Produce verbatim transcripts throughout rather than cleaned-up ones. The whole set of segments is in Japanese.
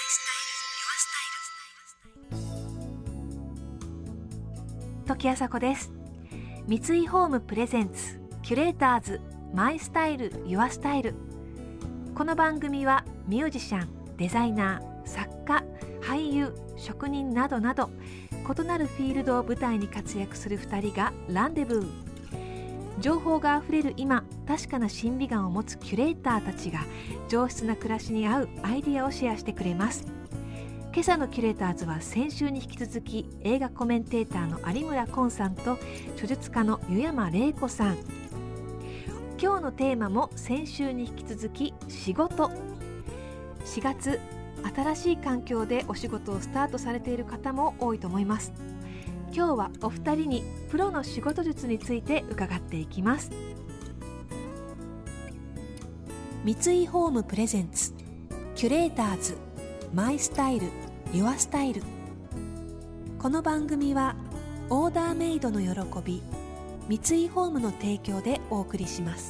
時あさこです。三井ホームプレゼンツキュレーターズマイスタイルユアスタイル。この番組はミュージシャン、デザイナー、作家、俳優、職人などなど異なるフィールドを舞台に活躍するふたりがランデブー。情報があふれる今、確かな審美眼を持つキュレーターたちが上質な暮らしに合うアイディアをシェアしてくれます。今朝のキュレーターズは先週に引き続き映画コメンテーターの有村昆さんと著述家の湯山玲子さん。今日のテーマも先週に引き続き仕事。しがつ、新しい環境でお仕事をスタートされている方も多いと思います。今日はお二人にプロの仕事術について伺っていきます。三井ホームプレゼンツキュレーターズマイスタイルユアスタイル。この番組はオーダーメイドの喜び、三井ホームの提供でお送りします。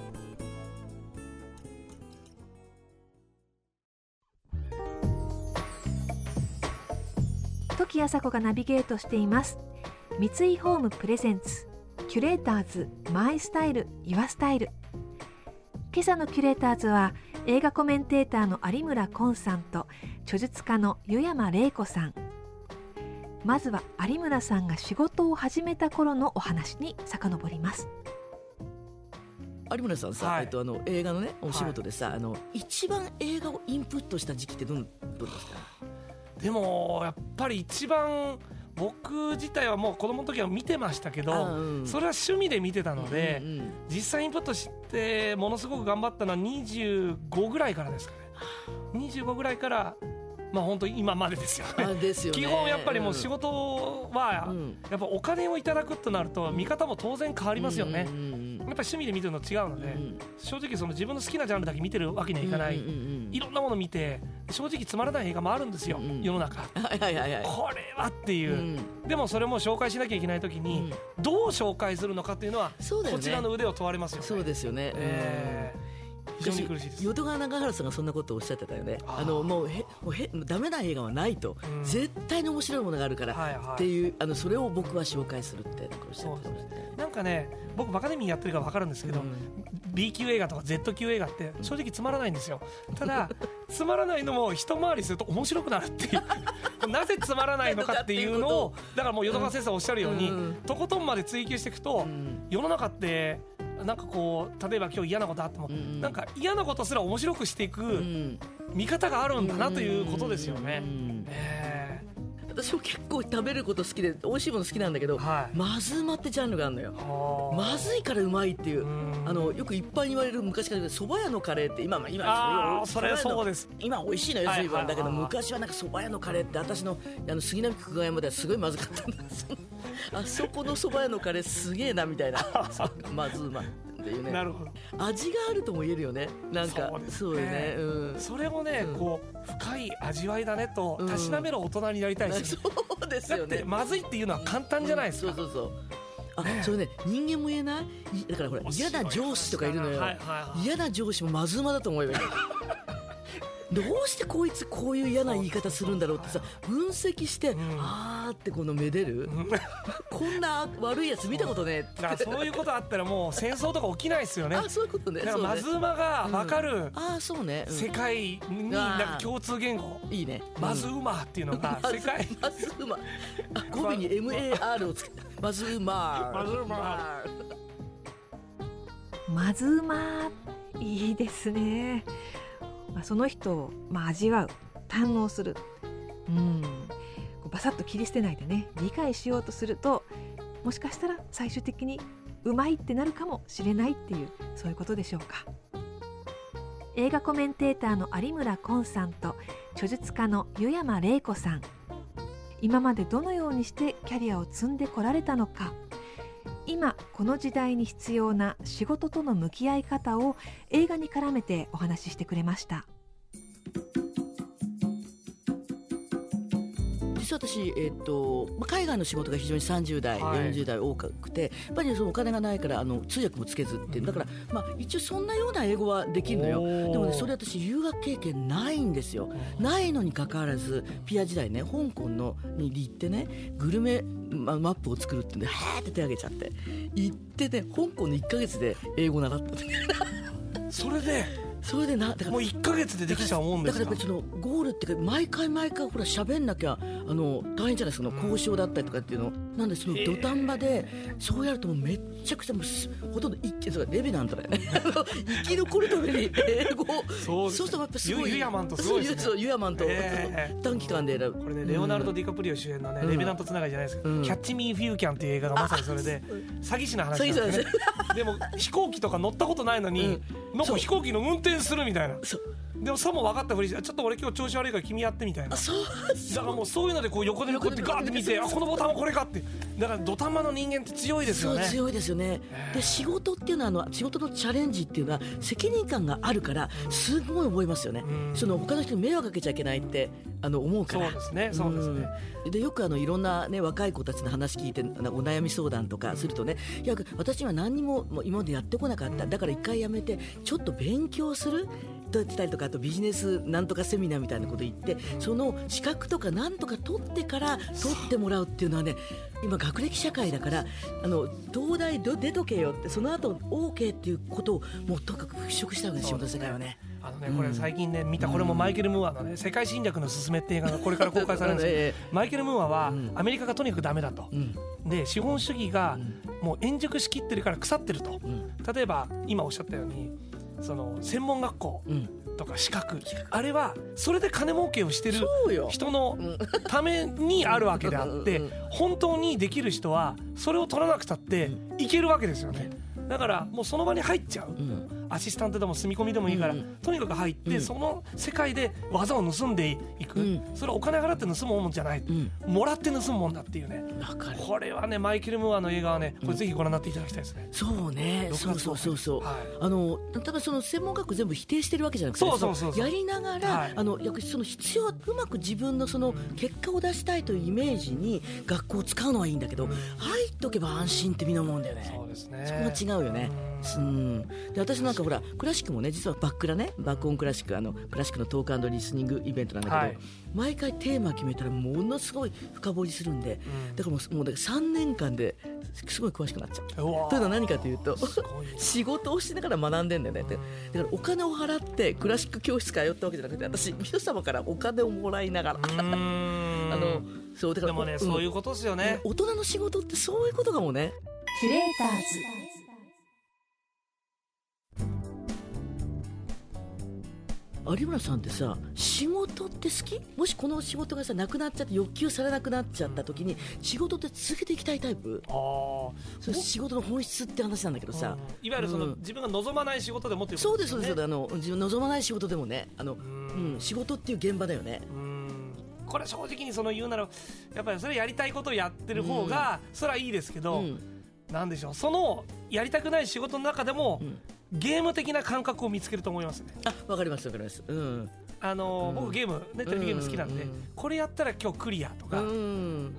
時あさこがナビゲートしています三井ホームプレゼンツキュレーターズマイスタイルユアスタイル。今朝のキュレーターズは映画コメンテーターの有村昆さんと著述家の湯山玲子さん。まずは有村さんが仕事を始めた頃のお話に遡ります。 有村さんさ、はい、えっと、あの映画のねお仕事でさ、はい、あの一番映画をインプットした時期ってどんどんですか？ でもやっぱり一番僕自体はもう子供の時は見てましたけど、うん、それは趣味で見てたので、うんうん、実際インプットしてものすごく頑張ったのはにじゅうごぐらいからですかね。にじゅうごぐらいからまあ本当に今までですよね。ですよね。基本やっぱりもう仕事はやっぱお金をいただくとなると見方も当然変わりますよね。やっぱり趣味で見てるの違うので、正直その自分の好きなジャンルだけ見てるわけにはいかない。いろんなもの見て正直つまらない映画もあるんですよ、世の中。これはっていう。でもそれも紹介しなきゃいけない時にどう紹介するのかっていうのはこちらの腕を問われますよね。 そうですよね。えー非常に苦しいです。 淀川長原さんがそんなことをおっしゃってたよね。あのもうへもうへダメな映画はないと、うん、絶対に面白いものがあるから、はいはい、っていうあのそれを僕は紹介するっておっしゃってたんですね。 なんかね、僕バカデミーやってるから分かるんですけど、うん、B 級映画とか Z 級映画って正直つまらないんですよ。ただつまらないのも一回りすると面白くなるっていうなぜつまらないのかっていうのをだからもう淀川先生おっしゃるように、うん、とことんまで追求していくと、うん、世の中ってなんかこう例えば今日嫌なことあっても、うん、なんか嫌なことすら面白くしていく見方があるんだなということですよね。えー私も結構食べること好きで美味しいもの好きなんだけど、はい、まずうまってジャンルがあるのよ。まずいからうまいっていう、あのよく一般に言われる昔から蕎麦屋のカレーって今今あそれそうです今美味しいのよ随分だけど、昔はなんか蕎麦屋のカレーって私のあの杉並区久我山ではすごいまずかったんですあそこの蕎麦屋のカレーすげえなみたいなまずうまいね、 なるほど。 味があるとも言えるよね。なんかそうですね。 そうよね、うん、 それもね、うん、こう深い味わいだねとたしなめる大人になりたいですよね、 うん、そうですよね。 だってまずいっていうのは簡単じゃないですか、 うん、そうそうそうあ、ね、それね人間も言えない。だからほら嫌な上司とかいるのよ、はいはいはい、嫌な上司もまずうまだと思えばいいどうしてこいつこういう嫌な言い方するんだろうってさ分析して、うん、あーってこのめでるこんな悪いやつ見たことねだからそういうことあったらもう戦争とか起きないですよね。 あ、そういうことね。 だからまずうまが分かる、 ああそうね、 世界になんか共通言語いいね。 まずうまっていうのが世界まずうま語尾に エムエーアール をつけてまずうままずうままずうまいいですね。その人を、まあ、味わう堪能する、うん、バサッと切り捨てないでね理解しようとするともしかしたら最終的にうまいってなるかもしれないっていうそういうことでしょうか。映画コメンテーターの有村昆さんと著述家の湯山玲子さん、今までどのようにしてキャリアを積んでこられたのか、今この時代に必要な仕事との向き合い方を映画に絡めてお話ししてくれました。 実は私、えー、と海外の仕事が非常にさんじゅう代、はい、よんじゅう代多くて、やっぱりそのお金がないからあの通訳もつけずっていう、だから、まあ、一応そんなような英語はできるのよ。でもね、それ私留学経験ないんですよ。ないのに関わらずピア時代ね、香港のに行ってね、グルメマップを作るってんで、はーって手挙げちゃって行ってね、香港のいっかげつで英語習ったそれでそれでなだからもういっかげつでできちゃうもんですか。 だからやっぱりそのゴールっていうか、毎回毎回ほら喋んなきゃあの大変じゃないですか、交渉だったりとかっていうのなんで、その土壇場でそうやるともうめっちゃくちゃもうほとんど一気にレベナントで生き残るために英語そうそうするとやっぱすごいユヤマンとすごいですね。 そうユヤマンと短期間で選ぶ。 これね、レオナルド・ディカプリオ主演のね、レベナントつながりじゃないですけど、キャッチ・ミー・フュー・キャンっていう映画がまさにそれで詐欺師の話なんですね。でも飛行機とか乗ったことないのに、なんか飛行機の運転するみたいな。でもさも分かったふりして、ちょっと俺今日調子悪いから君やってみたいな。そうだからもうそういうのでこう横でこうやってガーって見て、あこのボタンはこれかって。だから土壇場の人間って強いですよね。 そう強いですよね。で仕事っていうのはあの仕事のチャレンジっていうのは責任感があるからすごい覚えますよね。その他の人に迷惑かけちゃいけないってあの思うから。 そうですね、そうですね。 でよくあのいろんなね若い子たちの話聞いてお悩み相談とかするとね、いや私には何にももう今までやってこなかった、だから一回やめてちょっと勉強すると言ったりとか、あとビジネスなんとかセミナーみたいなこと言って、その資格とかなんとか取ってから取ってもらうっていうのはね、今学歴社会だからあの東大出とけよって、その後 OK っていうことをもうとにかく払拭したわけです、仕事の世界はね。 あのね、これ最近ね見た、これもマイケル・ムーアのね、世界侵略のすすめって映画がこれから公開されるんですけど、マイケル・ムーアはアメリカがとにかくダメだと、で資本主義がもう円熟しきってるから腐ってると、例えば今おっしゃったようにその専門学校とか資格、あれはそれで金儲けをしてる人のためにあるわけであって、本当にできる人はそれを取らなくたっていけるわけですよね。だからもうその場に入っちゃう、うん、アシスタントでも住み込みでもいいから、うん、とにかく入って、うん、その世界で技を盗んでいく、うん、それはお金払って盗むもんじゃない、うん、もらって盗むもんだっていうね。これはねマイケル・ムーアの映画はね、これぜひご覧になっていただきたいですね、うん、 そうね、そうそうそうそう、はい、あの多分その専門学校全部否定してるわけじゃなくて、そうそうそうそうやりながら、はい、あのその必要うまく自分のその結果を出したいというイメージに学校を使うのはいいんだけど、うん、入っとけば安心ってみんな思うんだよね。 そうですね、 そこが違うよね。うん、で私なんかほらクラシックもね、実はバックラね、バックオンクラシック、あのクラシックのトーク&リスニングイベントなんだけど、はい、毎回テーマ決めたらものすごい深掘りするんで、うん、だからもう、もうだからさんねんかんですごい詳しくなっちゃう。というのは何かというと仕事をしながら学んでんだよね、うん、だからお金を払ってクラシック教室通ったわけじゃなくて、私人様からお金をもらいながらあのそうだからでもね、うん、そういうことですよね。 大人の仕事ってそういうことかもね。キュレーターズ有村さんってさ、仕事って好き？もしこの仕事がさなくなっちゃって欲求されなくなっちゃった時に、仕事って続けていきたいタイプ？あそれ仕事の本質って話なんだけどさ、 いわゆるその、うん、自分が望まない仕事でもっていうことですよね。 そうですそうです、あの自分望まない仕事でもね、あの、うん、仕事っていう現場だよね。うん、 これ正直にその言うならやっぱりそれやりたいことをやってる方が、うん、それはいいですけど、うん、なんでしょう、そのやりたくない仕事の中でも、うんゲーム的な感覚を見つけると思いますね。 あ、わかりますわかります。うん。 あのーうん、僕ゲームねテレビゲーム好きなんで、うん、これやったら今日クリアとか、うん、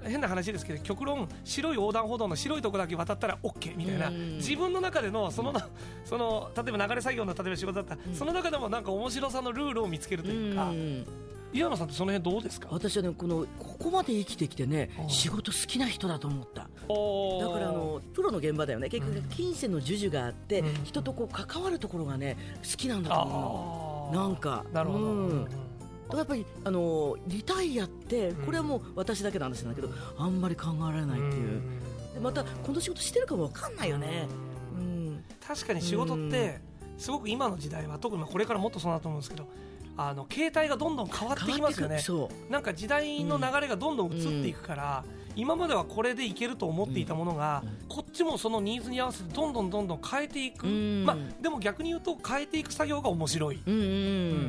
変な話ですけど極論白い横断歩道の白いとこだけ渡ったら OK みたいな、うん、自分の中でのそのその例えば流れ作業の例えば仕事だったら、うん、その中でもなんか面白さのルールを見つけるというか。うん岩野さんってその辺どうですか？ 私はねこのここまで生きてきてね仕事好きな人だと思った。だからあのプロの現場だよね。結局金銭の授受があって、うん、人とこう関わるところがね好きなんだと思うの。なんかなるほど、うん、 だからやっぱりあのリタイアってこれはもう私だけの話なんだけど、あんまり考えられないっていう、でまたこの仕事してるかも分かんないよね、うん、 確かに仕事ってすごく今の時代は特にこれからもっとそうだと思うんですけど、あの形態がどんどん変わってきますよね。なんか時代の流れがどんどん移っていくから、うん、今まではこれでいけると思っていたものが、うん、こっちもそのニーズに合わせてどんどんどんどん変えていく、うん、まあ、でも逆に言うと変えていく作業が面白い、うんうんうん、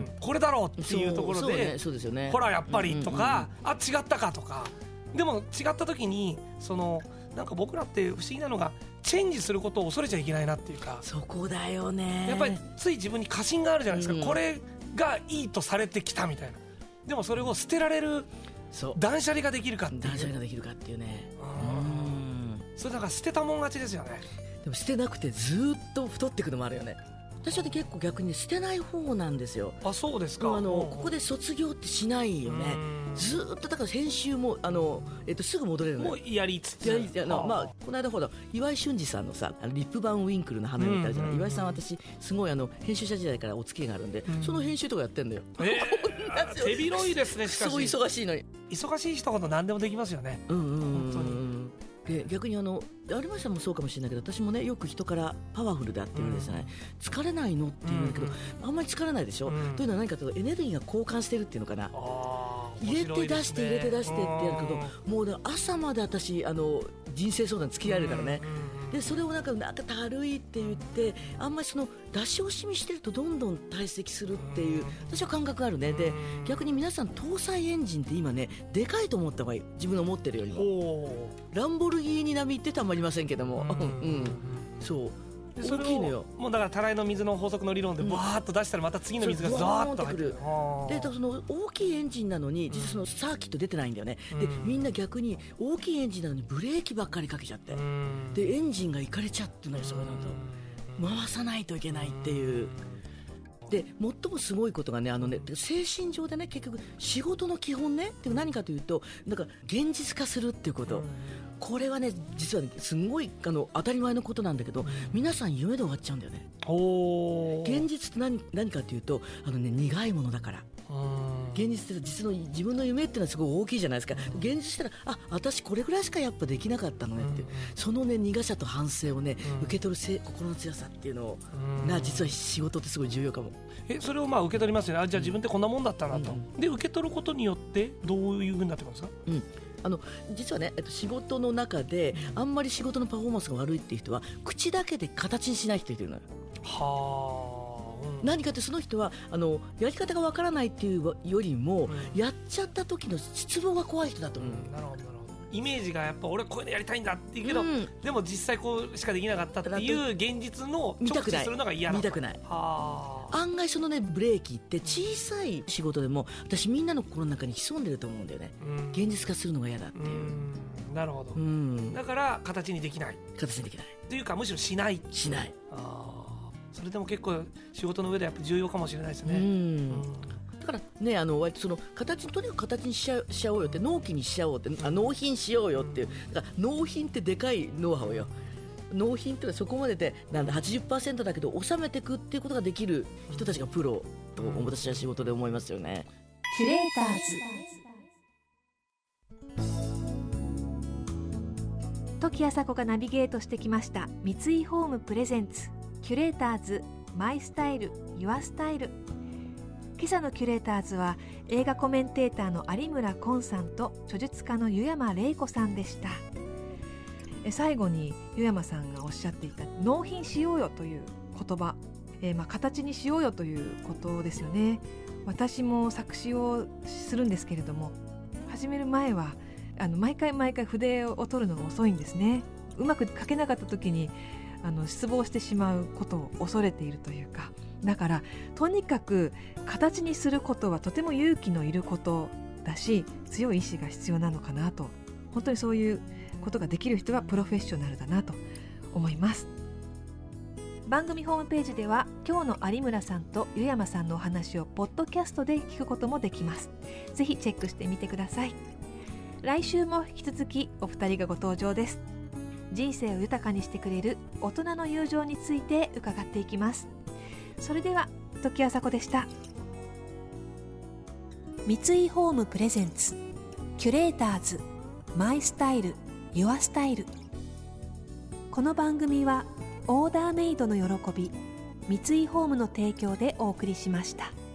これだろうっていうところ で, で、ねそうですよね、ほらやっぱりとか、うんうんうん、あ違ったかとか、でも違った時にそのなんか僕らって不思議なのがチェンジすることを恐れちゃいけないなっていうか、 そこだよね。 やっぱりつい自分に過信があるじゃないですか、うん、これがいいとされてきたみたいな。でもそれを捨てられるそう断捨離ができるかっていう断捨離ができるかっていうね。 うんそれだから捨てたもん勝ちですよね。 でも捨てなくてずっと太っていくのもあるよね。私は結構逆に捨てない方なんですよ。 あ、そうですか。 あのここで卒業ってしないよね。ずっとだから編集もあの、えっと、すぐ戻れるのよ。 もうやりつつやりあの、まあ、この間ほど岩井俊二さんのさあのリップバンウィンクルの花みたいじゃない、岩井さんは私すごいあの編集者時代からお付き合いがあるんで、その編集とかやってんだよ。 えー、手広いですね。しかしそう忙しいのに。 忙しい人ほど何でもできますよね。 うんうんうん、 本当に。 で逆にあの有馬さんもそうかもしれないけど、私もねよく人からパワフルだって言うんですよね、うん、疲れないのって言うんだけど、うんうん、あんまり疲れないでしょ、うん、というのは何かというとエネルギーが交換してるっていうのかな。あ、入れて出して入れて出してってやるけど、うん、もう朝まで私あの人生相談付き合えるからね、うんうんでそれをなんかなんかたるいって言ってあんまりその出し惜しみしてるとどんどん堆積するっていう私は感覚があるね。で逆に皆さん搭載エンジンって今ねでかいと思った方がいい。自分の持ってるよりもランボルギーニ並みってたまりませんけども、うん、うん、そう大きいのよ。 もうだからたらいの水の法則の理論でバーッと出したらまた次の水がザーッと入ってくる。 でその大きいエンジンなのに実はそのサーキット出てないんだよね、うん、でみんな逆に大きいエンジンなのにブレーキばっかりかけちゃって、うん、でエンジンがいかれちゃってるのよ。それだと回さないといけないっていう。で最もすごいことがね、あのね精神上でね結局仕事の基本ねって何かというとなんか現実化するっていうこと、うん、これはね実はねすごいあの当たり前のことなんだけど、うん、皆さん夢で終わっちゃうんだよね。お現実って何、何かというとあの、ね、苦いものだから。現実って実の自分の夢っていうのはすごい大きいじゃないですか。現実したらあ私これぐらいしかやっぱできなかったのねって、うん、そのね苦さと反省をね、うん、受け取るせ心の強さっていうのが実は仕事ってすごい重要かも。 えそれをまあ受け取りますよね。あじゃあ自分ってこんなもんだったなと、うん、で受け取ることによってどういう風になってくるんですか。 うんあの実はね、えっと、仕事の中であんまり仕事のパフォーマンスが悪いっていう人は口だけで形にしない人いるのよ。はあ何かってその人はあのやり方がわからないっていうよりも、うん、やっちゃった時の失望が怖い人だと思う、うん、なるほどなるほど。 イメージがやっぱ俺こういうのやりたいんだって言うけど、うん、でも実際こうしかできなかったっていう現実の直視するのが嫌なの。 見たくない。は案外そのねブレーキって小さい仕事でも私みんなの心の中に潜んでると思うんだよね、うん、現実化するのが嫌だっていう、うん、 なるほど、うん、だから形にできない形にできないというかむしろしないしない。 あそれでも結構仕事の上でやっぱ重要かもしれないですね。うん、うん、 だからねあのその形とにかく形にしちゃ、しちゃおうよって納期にしちゃおうってあ納品しようよっていうだから納品ってでかいノウハウよ。納品ってのはそこまででなんだ はちじゅっパーセント だけど収めていくっていうことができる人たちがプロと私は仕事で思いますよね。 キュレーターズ時あさこがナビゲートしてきました三井ホームプレゼンツキュレーターズマイスタイルユアスタイル。今朝のキュレーターズは映画コメンテーターの有村昆さんと著述家の湯山玲子さんでした。え最後に湯山さんがおっしゃっていた納品しようよという言葉、えー、まあ形にしようよということですよね。私も作詞をするんですけれども始める前はあの毎回毎回筆を取るのが遅いんですね。うまく書けなかった時にあの失望してしまうことを恐れているというか、だからとにかく形にすることはとても勇気のいることだし強い意志が必要なのかなと、本当にそういうことができる人はプロフェッショナルだなと思います。番組ホームページでは今日の有村さんと湯山さんのお話をポッドキャストで聞くこともできます。ぜひチェックしてみてください。来週も引き続きお二人がご登場です。人生を豊かにしてくれる大人の友情について伺っていきます。それでは時あさこでした。三井ホームプレゼンツキュレーターズマイスタイルユアスタイル。この番組はオーダーメイドの喜び三井ホームの提供でお送りしました。